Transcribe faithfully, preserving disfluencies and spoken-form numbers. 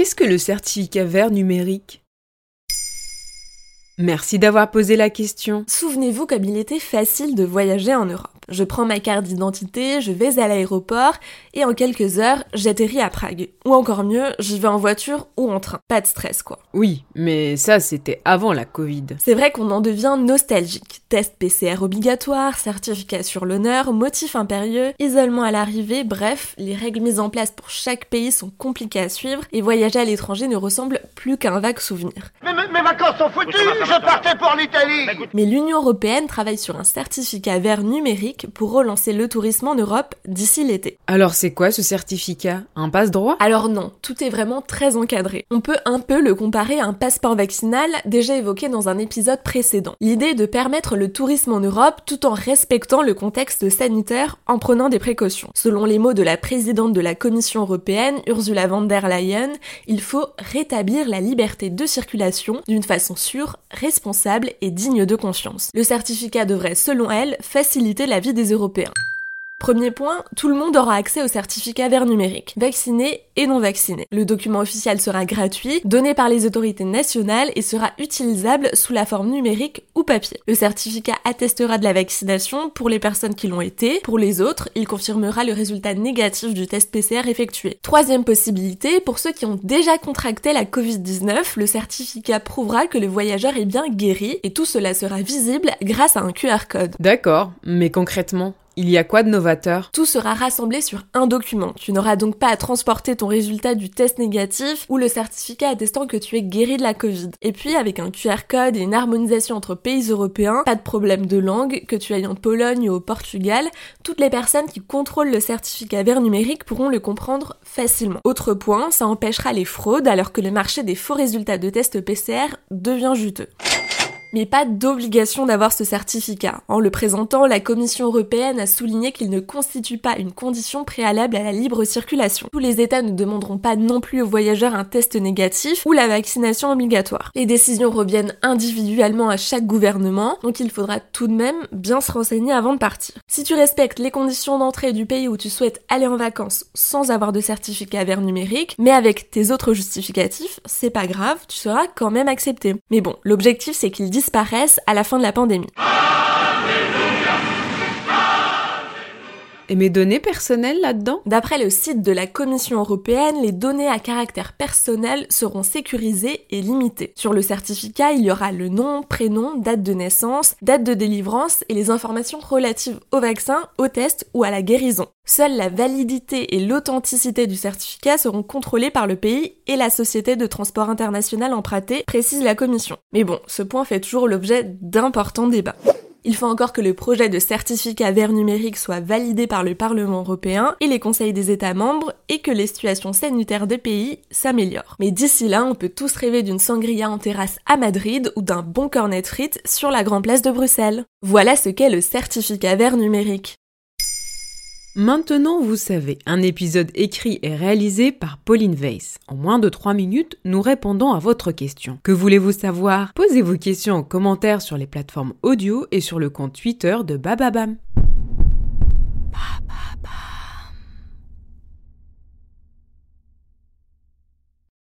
qu'est-ce que le certificat vert numérique ? Merci d'avoir posé la question. Souvenez-vous comme il était facile de voyager en Europe. Je prends ma carte d'identité, je vais à l'aéroport et en quelques heures, j'atterris à Prague. Ou encore mieux, j'y vais en voiture ou en train. Pas de stress quoi. Oui, mais ça c'était avant la Covid. C'est vrai qu'on en devient nostalgique. Test P C R obligatoire, certificat sur l'honneur, motif impérieux, isolement à l'arrivée, bref, les règles mises en place pour chaque pays sont compliquées à suivre et voyager à l'étranger ne ressemble plus qu'à un vague souvenir. Mais mes, mes vacances sont foutues, je partais pour l'Italie. Mais l'Union européenne travaille sur un certificat vert numérique pour relancer le tourisme en Europe d'ici l'été. Alors c'est quoi ce certificat ? Un passe-droit ? Alors non, tout est vraiment très encadré. On peut un peu le comparer à un passeport vaccinal déjà évoqué dans un épisode précédent. L'idée est de permettre le tourisme en Europe tout en respectant le contexte sanitaire en prenant des précautions. Selon les mots de la présidente de la Commission européenne, Ursula von der Leyen, il faut rétablir la liberté de circulation d'une façon sûre, responsable et digne de confiance. Le certificat devrait, selon elle, faciliter la vie des Européens. Premier point, tout le monde aura accès au certificat vert numérique, vacciné et non vacciné. Le document officiel sera gratuit, donné par les autorités nationales et sera utilisable sous la forme numérique ou papier. Le certificat attestera de la vaccination pour les personnes qui l'ont été. Pour les autres, il confirmera le résultat négatif du test P C R effectué. Troisième possibilité, pour ceux qui ont déjà contracté la covid dix-neuf, le certificat prouvera que le voyageur est bien guéri et tout cela sera visible grâce à un Q R code. D'accord, mais concrètement ? Il y a quoi de novateur ? Tout sera rassemblé sur un document. Tu n'auras donc pas à transporter ton résultat du test négatif ou le certificat attestant que tu es guéri de la Covid. Et puis, avec un Q R code et une harmonisation entre pays européens, pas de problème de langue, que tu ailles en Pologne ou au Portugal, toutes les personnes qui contrôlent le certificat vert numérique pourront le comprendre facilement. Autre point, ça empêchera les fraudes alors que le marché des faux résultats de tests P C R devient juteux. Mais pas d'obligation d'avoir ce certificat. En le présentant, la Commission européenne a souligné qu'il ne constitue pas une condition préalable à la libre circulation. Tous les États ne demanderont pas non plus aux voyageurs un test négatif ou la vaccination obligatoire. Les décisions reviennent individuellement à chaque gouvernement, donc il faudra tout de même bien se renseigner avant de partir. Si tu respectes les conditions d'entrée du pays où tu souhaites aller en vacances sans avoir de certificat vert numérique, mais avec tes autres justificatifs, c'est pas grave, tu seras quand même accepté. Mais bon, l'objectif c'est qu'il disparaissent à la fin de la pandémie. Et mes données personnelles là-dedans ? D'après le site de la Commission européenne, les données à caractère personnel seront sécurisées et limitées. Sur le certificat, il y aura le nom, prénom, date de naissance, date de délivrance et les informations relatives au vaccin, au test ou à la guérison. Seule la validité et l'authenticité du certificat seront contrôlées par le pays et la société de transport international empruntée, précise la Commission. Mais bon, ce point fait toujours l'objet d'importants débats. Il faut encore que le projet de certificat vert numérique soit validé par le Parlement européen et les conseils des États membres et que les situations sanitaires des pays s'améliorent. Mais d'ici là, on peut tous rêver d'une sangria en terrasse à Madrid ou d'un bon cornet de frites sur la Grand Place de Bruxelles. Voilà ce qu'est le certificat vert numérique. Maintenant, vous savez, un épisode écrit et réalisé par Pauline Weiss. En moins de trois minutes, nous répondons à votre question. Que voulez-vous savoir ? Posez vos questions en commentaire sur les plateformes audio et sur le compte Twitter de Bababam. Bababam.